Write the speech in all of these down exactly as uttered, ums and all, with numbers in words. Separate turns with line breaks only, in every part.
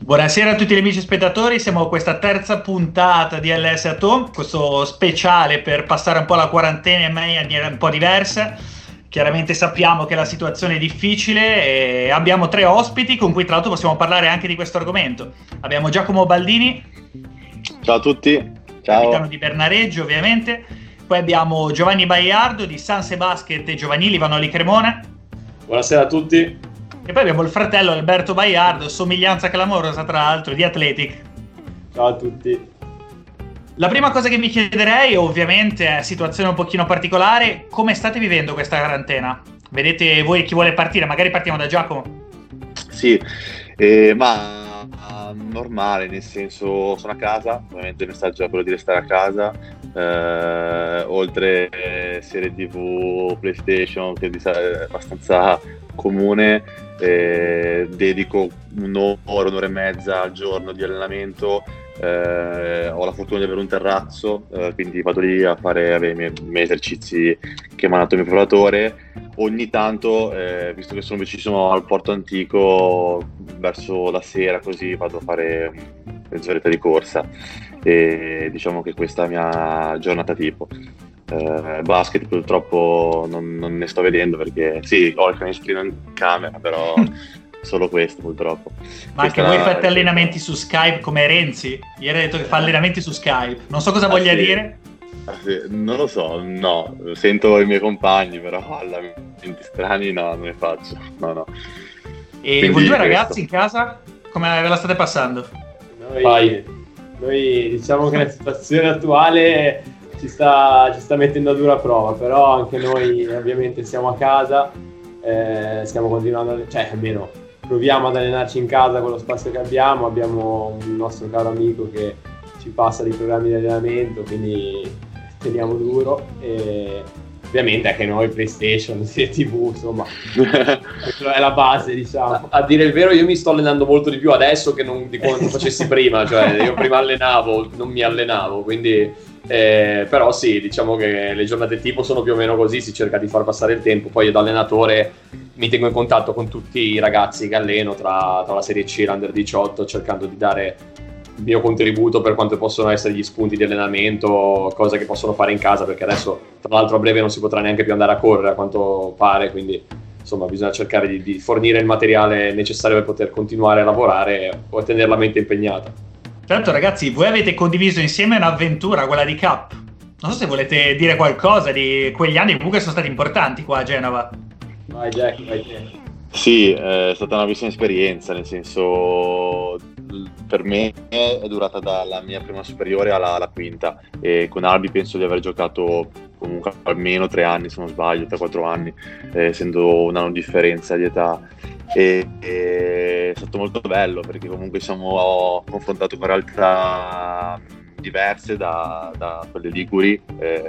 Buonasera a tutti gli amici spettatori, siamo a questa terza puntata di L S Atom, questo speciale per passare un po' la quarantena in maniera un po' diversa. Chiaramente sappiamo che la situazione è difficile e abbiamo tre ospiti con cui tra l'altro possiamo parlare anche di questo argomento. Abbiamo Giacomo Baldini.
Ciao a tutti. Ciao.
Capitano di Bernareggio ovviamente. Poi abbiamo Giovanni Baiardo di Sanse Basket e Giovanili Vanoli Cremona.
Buonasera a tutti.
E poi abbiamo il fratello Alberto Baiardo, somiglianza clamorosa tra l'altro, di Athletic.
Ciao a tutti.
La prima cosa che vi chiederei, ovviamente, è situazione un pochino particolare, come state vivendo questa quarantena? Vedete voi chi vuole partire? Magari partiamo da Giacomo.
Sì, eh, ma normale, nel senso sono a casa, ovviamente il messaggio è quello di restare a casa, eh, oltre eh, serie tv, PlayStation, che è abbastanza comune, eh, dedico un'ora, un'ora e mezza al giorno di allenamento. Eh, ho la fortuna di avere un terrazzo, eh, quindi vado lì a fare i miei, miei esercizi che mi ha dato il mio preparatore. Ogni tanto, eh, visto che sono vicino al porto antico, verso la sera così vado a fare mezz'oretta di corsa, e diciamo che questa è la mia giornata tipo. Eh, basket purtroppo non, non ne sto vedendo perché sì, ho il canestrino in camera, però solo questo purtroppo.
Ma
Questa
anche voi
è...
fate allenamenti su Skype come Renzi? Ieri ha detto che fa allenamenti su Skype, non so cosa voglia
ah, sì.
dire.
Ah, sì. Non lo so, no, sento i miei compagni, però allenamenti strani no, non ne faccio, no no.
E
Quindi
voi due
questo.
Ragazzi in casa, come ve la state passando?
Noi, noi diciamo che la situazione attuale ci sta, ci sta mettendo a dura prova, però anche noi ovviamente siamo a casa, eh, stiamo continuando, cioè almeno proviamo ad allenarci in casa con lo spazio che abbiamo. Abbiamo un nostro caro amico che ci passa dei programmi di allenamento, quindi teniamo duro. E ovviamente anche noi PlayStation, serie tv, insomma è la base, diciamo.
A, a dire il vero, io mi sto allenando molto di più adesso che non di quanto facessi prima, cioè io prima allenavo, non mi allenavo, quindi eh, però sì, diciamo che le giornate tipo sono più o meno così, si cerca di far passare il tempo. Poi io da allenatore mi tengo in contatto con tutti i ragazzi che alleno tra, tra la Serie C e l'Under diciotto, cercando di dare il mio contributo per quanto possono essere gli spunti di allenamento, cose che possono fare in casa, perché adesso tra l'altro a breve non si potrà neanche più andare a correre a quanto pare, quindi insomma bisogna cercare di, di fornire il materiale necessario per poter continuare a lavorare o tenere la mente impegnata.
Certo ragazzi, voi avete condiviso insieme un'avventura, quella di Cup. Non so se volete dire qualcosa di quegli anni che comunque sono stati importanti qua a Genova.
Vai Jack, vai Jack.
Sì, è stata una bellissima esperienza, nel senso per me è durata dalla mia prima superiore alla, alla quinta, e con Albi penso di aver giocato comunque almeno tre anni, se non sbaglio, tre quattro anni, eh, essendo un anno di differenza di età, e, e è stato molto bello perché comunque siamo confrontato con realtà diverse da, da quelle liguri,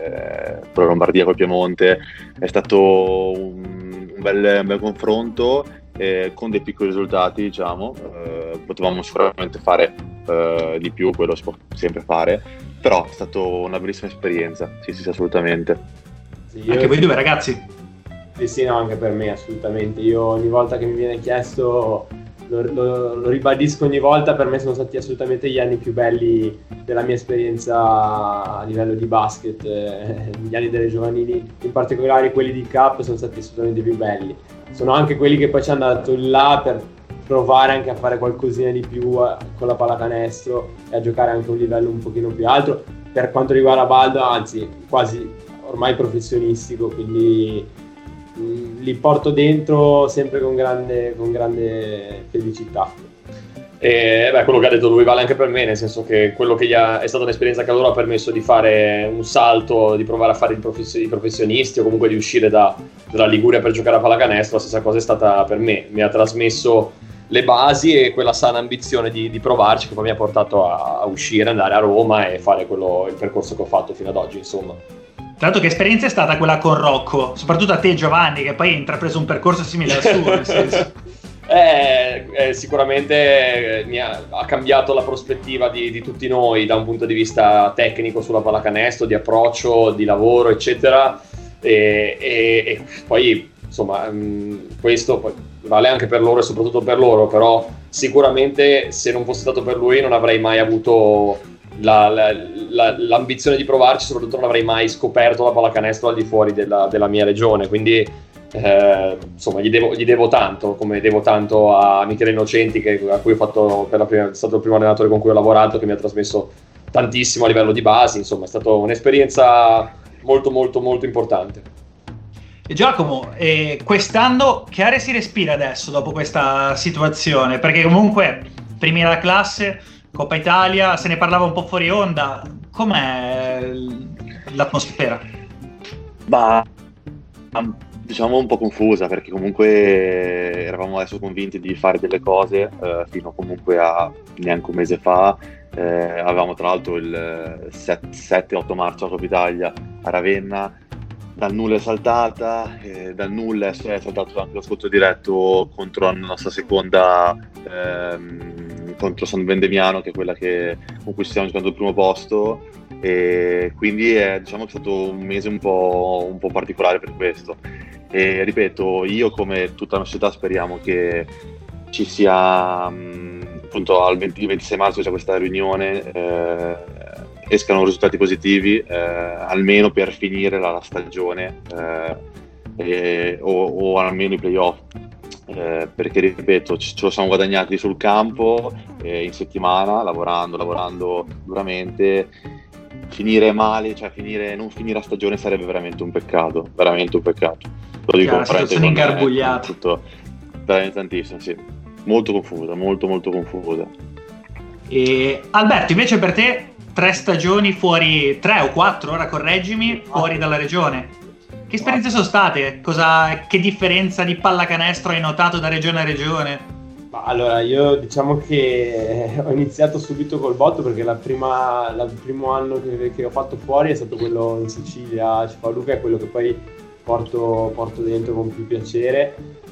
eh, con la Lombardia, col Piemonte. È stato un, un, bel, un bel confronto, eh, con dei piccoli risultati, diciamo. Eh, potevamo sicuramente fare eh, di più, quello si può sempre fare, però è stata una bellissima esperienza, sì sì, sì, assolutamente.
Sì,
Anche
io...
voi due ragazzi?
Sì, sì, no, anche per me assolutamente. Io ogni volta che mi viene chiesto lo, lo, lo ribadisco ogni volta, per me sono stati assolutamente gli anni più belli della mia esperienza a livello di basket. Eh, gli anni delle giovanili, in particolare quelli di Cup, sono stati assolutamente più belli. Sono anche quelli che poi ci hanno dato il là per provare anche a fare qualcosina di più a, con la pallacanestro e a giocare anche a un livello un pochino più alto. Per quanto riguarda Baldo, anzi quasi ormai professionistico, quindi mh, li porto dentro sempre con grande, con grande felicità.
E beh, quello che ha detto lui vale anche per me, nel senso che quello che gli ha, è stata un'esperienza che a loro ha permesso di fare un salto, di provare a fare i, profes- i professionisti, o comunque di uscire da, dalla Liguria per giocare a pallacanestro. La stessa cosa è stata per me, mi ha trasmesso le basi e quella sana ambizione di, di provarci, che poi mi ha portato a, a uscire, andare a Roma e fare quello, il percorso che ho fatto fino ad oggi, insomma.
Tra l'altro che esperienza è stata quella con Rocco, soprattutto a te Giovanni, che poi hai intrapreso un percorso simile al suo, nel senso...
Eh, eh, sicuramente eh, mi ha, ha cambiato la prospettiva di, di tutti noi da un punto di vista tecnico sulla pallacanestro, di approccio, di lavoro, eccetera, e, e, e poi insomma mh, questo poi vale anche per loro e soprattutto per loro, però sicuramente se non fosse stato per lui non avrei mai avuto la, la, la, l'ambizione di provarci, soprattutto non avrei mai scoperto la pallacanestro al di fuori della, della mia regione, quindi eh, insomma gli devo, gli devo tanto, come devo tanto a Michele Innocenti, che, a cui ho fatto per la prima, è stato il primo allenatore con cui ho lavorato, che mi ha trasmesso tantissimo a livello di basi, insomma è stata un'esperienza molto molto molto importante.
E Giacomo, eh, quest'anno che aria si respira adesso dopo questa situazione? Perché comunque primi della classe, Coppa Italia, se ne parlava un po' fuori onda, com'è l'atmosfera?
Bah, diciamo un po' confusa, perché comunque eravamo adesso convinti di fare delle cose eh, fino comunque a neanche un mese fa. Eh, avevamo tra l'altro il sette otto marzo a Coppa Italia a Ravenna. Dal nulla è saltata, eh, dal nulla è saltato anche lo scontro diretto contro la nostra seconda, ehm, contro San Vendemiano, che è quella che, con cui stiamo giocando il primo posto, e quindi è, diciamo che è stato un mese un po', un po' particolare per questo. E ripeto, io come tutta la società speriamo che ci sia, mh, appunto al venti ventisei marzo c'è questa riunione, eh, escano risultati positivi, eh, almeno per finire la, la stagione eh, e, o, o almeno i playoff, eh, perché ripeto ce lo siamo guadagnati sul campo, eh, in settimana, lavorando, lavorando duramente. Finire male, cioè finire, non finire la stagione sarebbe veramente un peccato, veramente un peccato. Lo dico,
una situazione ingarbugliata.
Tutto, veramente tantissimo, sì. Molto confusa, molto molto confusa.
E Alberto, invece per te tre stagioni fuori, tre o quattro, ora correggimi, fuori dalla regione. Che esperienze sono state? Cosa, che differenza di pallacanestro hai notato da regione a regione?
Allora, io diciamo che ho iniziato subito col botto, perché la prima, la, il primo anno che, che ho fatto fuori è stato quello in Sicilia, a Cefalù, è quello che poi porto, porto dentro con più piacere,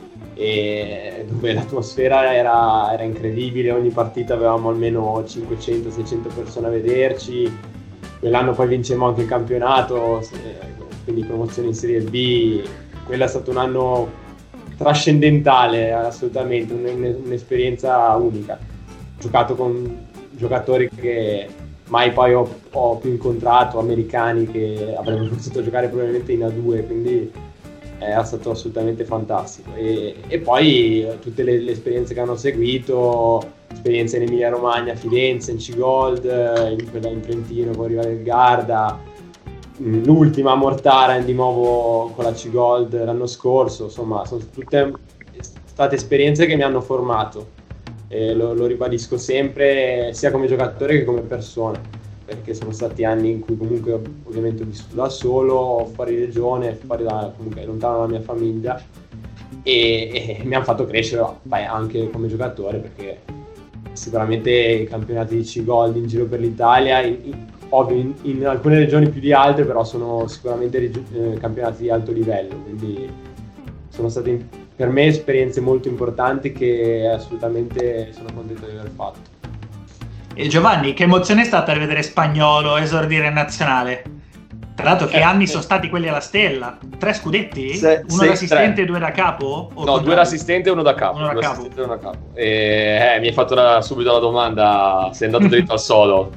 e dove l'atmosfera era, era incredibile. Ogni partita avevamo almeno cinquecento seicento persone a vederci. Quell'anno poi vincemmo anche il campionato, quindi promozione in Serie B. Quello è stato un anno trascendentale, assolutamente, un'esperienza unica. Ho giocato con giocatori che mai poi ho, ho più incontrato, americani che avremmo potuto giocare probabilmente in A due, quindi è stato assolutamente fantastico. E, e poi tutte le, le esperienze che hanno seguito, esperienze in Emilia Romagna, a Firenze, in C-Gold, in, quella in Trentino con Riva del Garda, l'ultima a Mortara di nuovo con la C-Gold l'anno scorso. Insomma, sono tutte state esperienze che mi hanno formato, e lo, lo ribadisco sempre, sia come giocatore che come persona, perché sono stati anni in cui comunque ovviamente ho vissuto da solo, fuori regione, fuori da, comunque lontano dalla mia famiglia, e, e mi hanno fatto crescere, beh, anche come giocatore, perché sicuramente i campionati di C-Gold in giro per l'Italia, in, in, ovvio in, in alcune regioni più di altre, però sono sicuramente eh, campionati di alto livello, quindi sono state per me esperienze molto importanti che assolutamente sono contento di aver fatto.
E Giovanni, che emozione è stata vedere Spagnolo esordire in nazionale? Tra l'altro, che eh, anni eh. sono stati quelli alla Stella? Tre scudetti?
Se,
uno
se,
da assistente
tre.
e due da capo? O
no, due da assistente e uno da capo.
Uno da capo.
E uno da capo. E, eh, mi hai fatto una, subito la domanda, sei andato dritto al sodo.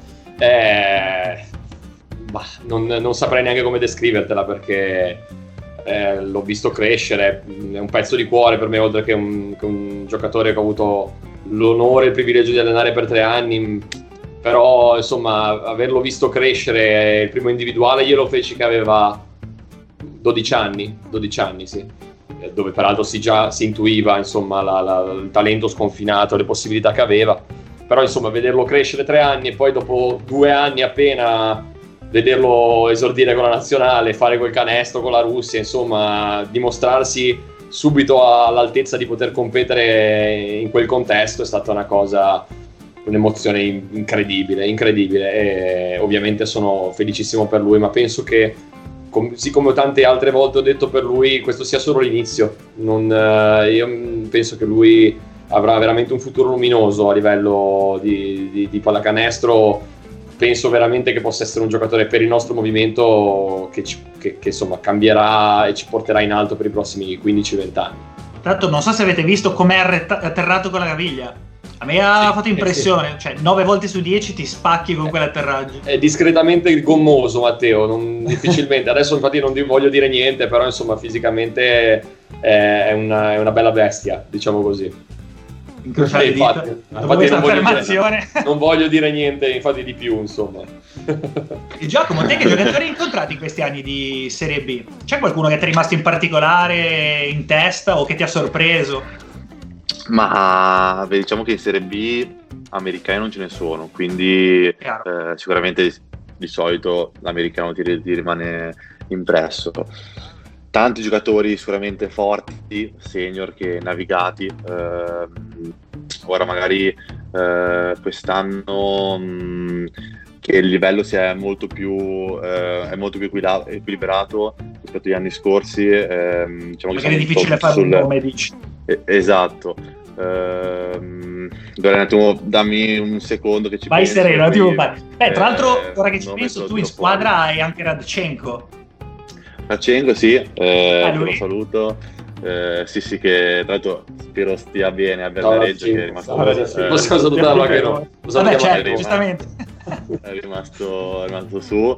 Eh, bah, non, non saprei neanche come descrivertela, perché eh, l'ho visto crescere, è un pezzo di cuore per me, oltre che un, che un giocatore che ho avuto l'onore e il privilegio di allenare per tre anni. Però insomma, averlo visto crescere, il primo individuale io lo feci che aveva dodici anni, dodici anni sì, dove peraltro si già si intuiva insomma la, la, il talento sconfinato, le possibilità che aveva. Però insomma, vederlo crescere tre anni e poi dopo due anni appena vederlo esordire con la nazionale, fare quel canestro con la Russia, insomma dimostrarsi subito all'altezza di poter competere in quel contesto è stata una cosa, un'emozione incredibile, incredibile, e ovviamente sono felicissimo per lui, ma penso che, com- sì, come tante altre volte ho detto per lui, questo sia solo l'inizio. Non, eh, io penso che lui avrà veramente un futuro luminoso a livello di, di, di pallacanestro. Penso veramente che possa essere un giocatore per il nostro movimento che, ci, che, che insomma cambierà e ci porterà in alto per i prossimi quindici venti anni.
Tra l'altro non so se avete visto com'è atterrato con la caviglia. A me ha fatto impressione, cioè nove volte su dieci ti spacchi con quell'atterraggio.
È discretamente gommoso Matteo, non, difficilmente. Adesso infatti non di- voglio dire niente, però insomma fisicamente è una, è una bella bestia, diciamo così.
Incrociare le dita.
Infatti,
Dopo
infatti
questa
non, voglio
affermazione.
dire, non voglio dire niente infatti di più, insomma.
E Giacomo, te che giocatori hai incontrato in questi anni di Serie B? C'è qualcuno che ti è rimasto in particolare in testa o che ti ha sorpreso?
Ma beh, diciamo che in Serie B americani non ce ne sono, quindi eh, sicuramente di, di solito l'americano ti, ti rimane impresso. Tanti giocatori sicuramente forti, senior, che navigati. Eh, ora magari eh, quest'anno mh, che il livello si è molto più eh, è molto più equila- equilibrato rispetto agli anni scorsi. Eh, diciamo
magari
che
è difficile fare sul... un nome, dici.
Eh, esatto. Uh, un attimo, dammi un secondo che ci
vai
penso.
Sereno, un attimo. Beh, tra l'altro,
eh,
ora che ci penso, tu in squadra fuori. Hai anche Radchenko.
Radchenko, sì, eh,
ah,
lo saluto. Eh, sì, sì, che tra l'altro spero stia bene a Bernareggio, che è rimasto.
No, eh, possiamo salutarlo anche noi.
Vabbè, certo, giustamente.
È rimasto, è rimasto su.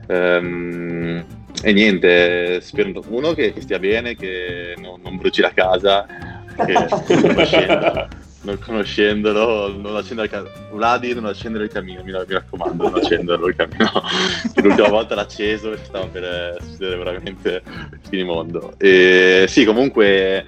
Um, e niente, spero uno che, che stia bene, che non, non bruci la casa. Che non, conoscendo, non conoscendolo, non accendere il camino. Vladi, non accendere il camino, mi, mi raccomando, non accenderlo il camino. L'ultima volta l'ha acceso e stava per succedere veramente il finimondo. E sì, comunque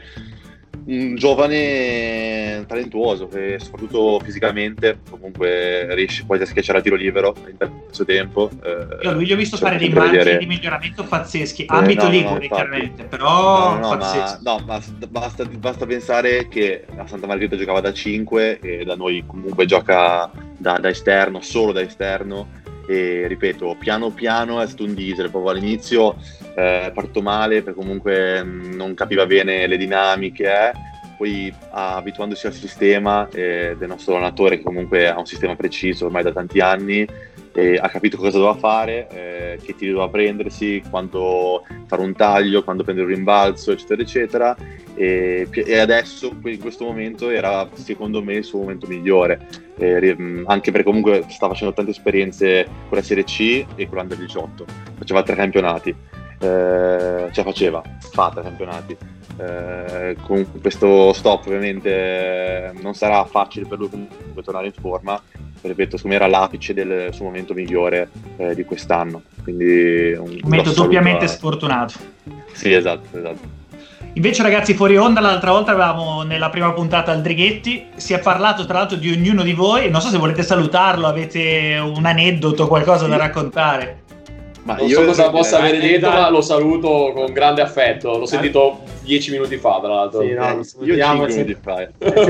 un giovane talentuoso che soprattutto fisicamente comunque riesce poi a schiacciare a tiro libero in terzo tempo.
Eh, Io lui gli ho visto fare dei margini vedere... di miglioramento pazzeschi, ambito eh, no, Ligure no, chiaramente, però
no, no,
pazzeschi.
Ma, no, ma basta, basta pensare che a Santa Margherita giocava da cinque e da noi comunque gioca da, da esterno, solo da esterno. E ripeto, piano piano è stato un diesel, proprio all'inizio eh, è partito male perché comunque mh, non capiva bene le dinamiche, eh. Poi abituandosi al sistema eh, del nostro allenatore, che comunque ha un sistema preciso ormai da tanti anni, e ha capito cosa doveva fare, eh, che tiri doveva prendersi, quando fare un taglio, quando prendere un rimbalzo, eccetera eccetera, e, e adesso in questo momento era secondo me il suo momento migliore, eh, anche perché comunque sta facendo tante esperienze con la Serie C e con l'Under diciotto, faceva tre campionati, eh, cioè faceva, fa tre campionati. Eh, con questo stop ovviamente non sarà facile per lui comunque tornare in forma, ripeto, secondo me era l'apice del suo momento migliore eh, di quest'anno, quindi un
momento doppiamente a... sfortunato.
Sì, esatto, esatto.
Invece ragazzi, fuori onda l'altra volta avevamo nella prima puntata Aldrighetti, si è parlato tra l'altro di ognuno di voi, non so se volete salutarlo, avete un aneddoto, qualcosa sì. da raccontare.
Ma non io so cosa possa avere detto, ma lo saluto con grande affetto. L'ho sentito dieci minuti fa, tra l'altro.
Sì, no, io cinque minuti fa.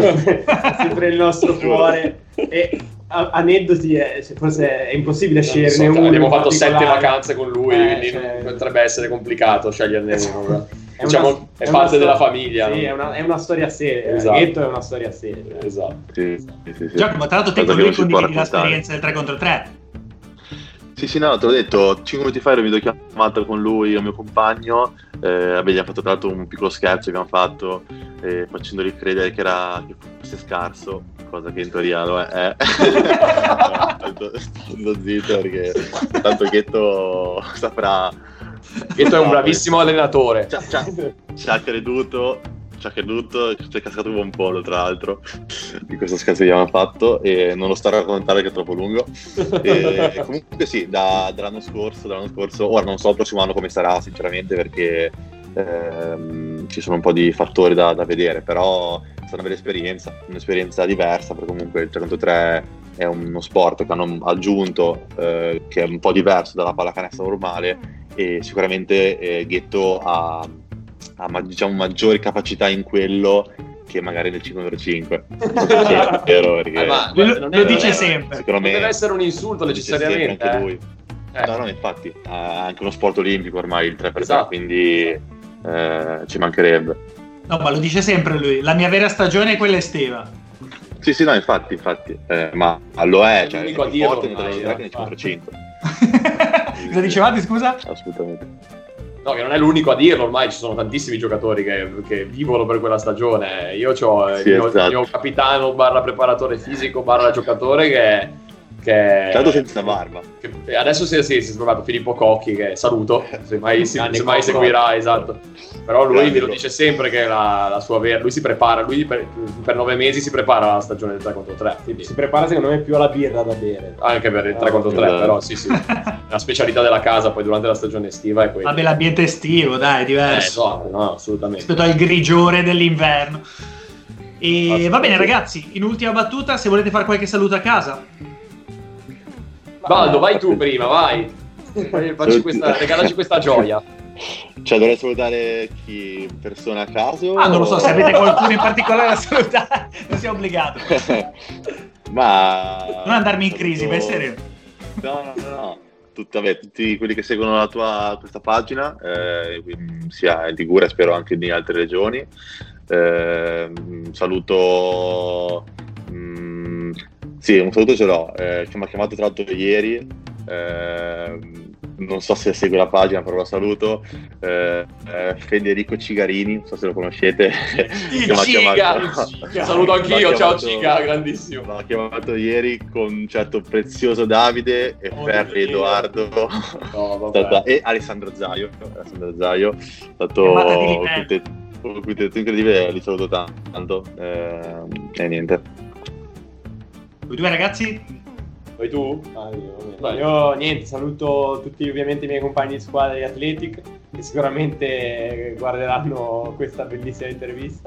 È sempre il nostro cuore. E aneddoti, è, forse è impossibile sceglierne
so,
uno.
Abbiamo fatto sette vacanze con lui,
eh,
quindi
cioè...
potrebbe essere complicato sceglierne uno.
È
diciamo,
una,
è, è parte della famiglia.
Sì,
no?
è, una, è una storia seria.
Esatto.
Ghetto è una storia seria.
Esatto.
Sì, sì, sì, sì.
Giacomo, tra l'altro te con lui condividi l'esperienza del tre contro tre.
Sì, sì, no, te l'ho detto, cinque minuti fa ero videochiamata con lui, il mio compagno, eh, abbiamo fatto tra l'altro un piccolo scherzo che abbiamo fatto, eh, facendogli credere che era che fosse scarso, cosa che in teoria lo è. Sto zitto perché tanto Ghetto saprà...
Ghetto è un bravissimo allenatore.
Ci ha, ci ha, ci ha creduto... ci ha creduto, ci è cascato un buon polo tra l'altro di questo scherzo che abbiamo fatto e non lo sto a raccontare che è troppo lungo. E comunque sì, da, dall'anno scorso dall'anno scorso ora non so il prossimo anno come sarà sinceramente, perché ehm, ci sono un po' di fattori da, da vedere, però è stata una bella esperienza, un'esperienza diversa, perché comunque il tre contro tre è uno sport che hanno aggiunto, eh, che è un po' diverso dalla pallacanestro normale, e sicuramente eh, Ghetto ha ha diciamo maggiori capacità in quello che magari nel cinque contro cinque. È vero, perché
eh, ma,
lo, lo, lo dice sempre.
Secondo me deve essere un insulto necessariamente
anche
eh.
lui.
Eh.
No, no, infatti ha anche uno sport olimpico ormai il tre per tre,
esatto.
Quindi eh, ci mancherebbe.
No, ma lo dice sempre lui, la mia vera stagione è quella estiva.
Sì, sì, no, infatti, infatti, eh, ma lo è, cioè, è più forte nel tre che nel cinque contro cinque.
Cosa dicevate, scusa?
Assolutamente.
No, che non è l'unico a dirlo, ormai ci sono tantissimi giocatori che, che vivono per quella stagione. Io ho
Sì,
il, mio,
esatto.
il mio capitano barra preparatore fisico barra giocatore che... che
Tanto senza barba.
che adesso si, si, si è trovato Filippo Cocchi, che saluto, se mai, si,
Grande
se mai
Cocco.
seguirà, esatto. Però lui
Grande
mi lo
Cocco.
dice sempre che la, la sua vera... Lui si prepara, lui per, per nove mesi si prepara alla stagione del tre contro tre. Quindi...
Si prepara secondo me più alla birra da bere.
Anche per il tre contro tre,
Esatto.
però sì, sì. La specialità della casa poi durante la stagione estiva è quella.
Vabbè, l'ambiente estivo, dai, è
Eh,
diverso
esatto, no, assolutamente.
rispetto al grigiore dell'inverno. E va bene,
Assolutamente.
ragazzi, in ultima battuta, se volete fare qualche saluto a casa.
Baldo, vai tu prima, vai. Fai- Facci questa, regalaci questa gioia.
Cioè, dovrei salutare chi? Persona a caso?
Ah, non lo so, se
o-
avete qualcuno in particolare da salutare, non sia obbligato.
Ma...
Non andarmi in crisi,
saluto-
vai sereno.
No, no, no, no. Tut- vabbè, tutti quelli che seguono la tua, questa pagina, eh, sia in Liguria, spero anche in altre regioni. Eh, saluto... mm, sì, un saluto ce l'ho, eh, che mi ha chiamato tra l'altro ieri, eh, non so se segue la pagina, però lo saluto, eh, eh, Federico Cigarini, non so se lo conoscete.
Il
che mi ha
Ciga,
chiamato-
il Ciga.
Saluto
mi ha
anch'io, ciao
chiamato-
Ciga, grandissimo.
Mi ha chiamato ieri con un certo Prezioso Davide e
Oh,
Ferri
Dio.
Edoardo.
No, vabbè.
Stata- e Alessandro Zaio, Alessandro Zaio, è stato
Chiamata di livello.
un cutetto incredibile, li saluto tanto, eh, e niente.
Voi due ragazzi?
Vai tu?
Ah, io, vabbè.
Vai.
Io, niente, saluto tutti ovviamente i miei compagni di squadra di Athletic che sicuramente guarderanno questa bellissima intervista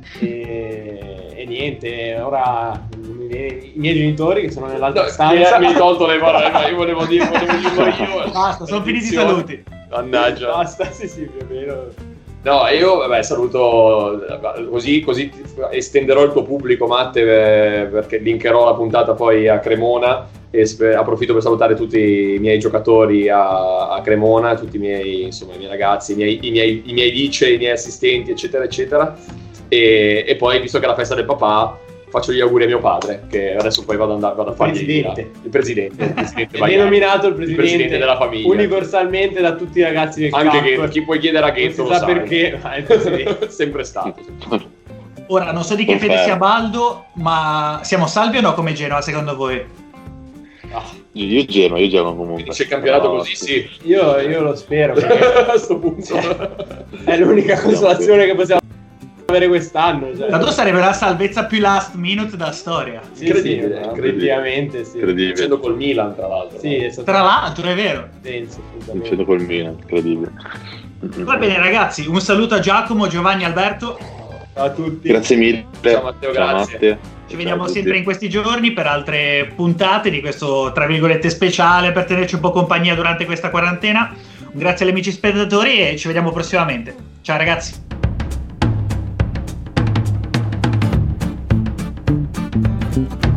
e, e niente, ora i miei, i miei genitori che sono nell'altra
No,
stanza
mi hai tolto le parole, ma io volevo dire, volevo dirlo io.
Basta, sono finiti i
Maledizione.
saluti.
Mannaggia.
basta, sì sì, più o meno.
No, io vabbè, saluto così, così estenderò il tuo pubblico, Matte, eh, perché linkerò la puntata poi a Cremona e sp- approfitto per salutare tutti i miei giocatori a, a Cremona, tutti i miei, insomma, i miei ragazzi, i miei, i miei, i miei vice, i miei assistenti, eccetera, eccetera. E, e poi, visto che è la festa del papà, faccio gli auguri a mio padre, che adesso poi vado, ad andare, vado a fargli
Presidente.
il presidente, il presidente
È
Baiano.
denominato il presidente,
Il presidente della famiglia.
universalmente da tutti i ragazzi del
Anche
campo.
che chi puoi chiedere a
Non
Ghetto
si
lo
sa
sai.
perché, ma è il presidente.
Sempre stato.
Ora, non so di che
Confermo.
fede sia Baldo, ma siamo salvi o no come Genoa, secondo voi?
Ah,
Io, io Genoa, io Genoa comunque.
c'è il campionato
Però,
così, sì.
Io, io lo spero perché
A sto punto.
è l'unica consolazione che possiamo avere quest'anno. Cioè.
Tanto sarebbe la salvezza più last minute della storia.
Sì,
Incredibile,
sì,
incredibile.
effettivamente sì.
Incredibile.
Facendo col Milan, tra l'altro.
Sì, è stato
Tra l'altro, è vero.
denso, assolutamente.
Vincendo col Milan, incredibile.
Va bene ragazzi, un saluto a Giacomo, Giovanni, Alberto.
Ciao a tutti.
Grazie mille.
Ciao, Matteo, grazie.
Matte.
Ci
Ciao
vediamo
a tutti.
sempre in questi giorni per altre puntate di questo, tra virgolette, speciale per tenerci un po' compagnia durante questa quarantena. Un grazie agli amici spettatori e ci vediamo prossimamente. Ciao ragazzi.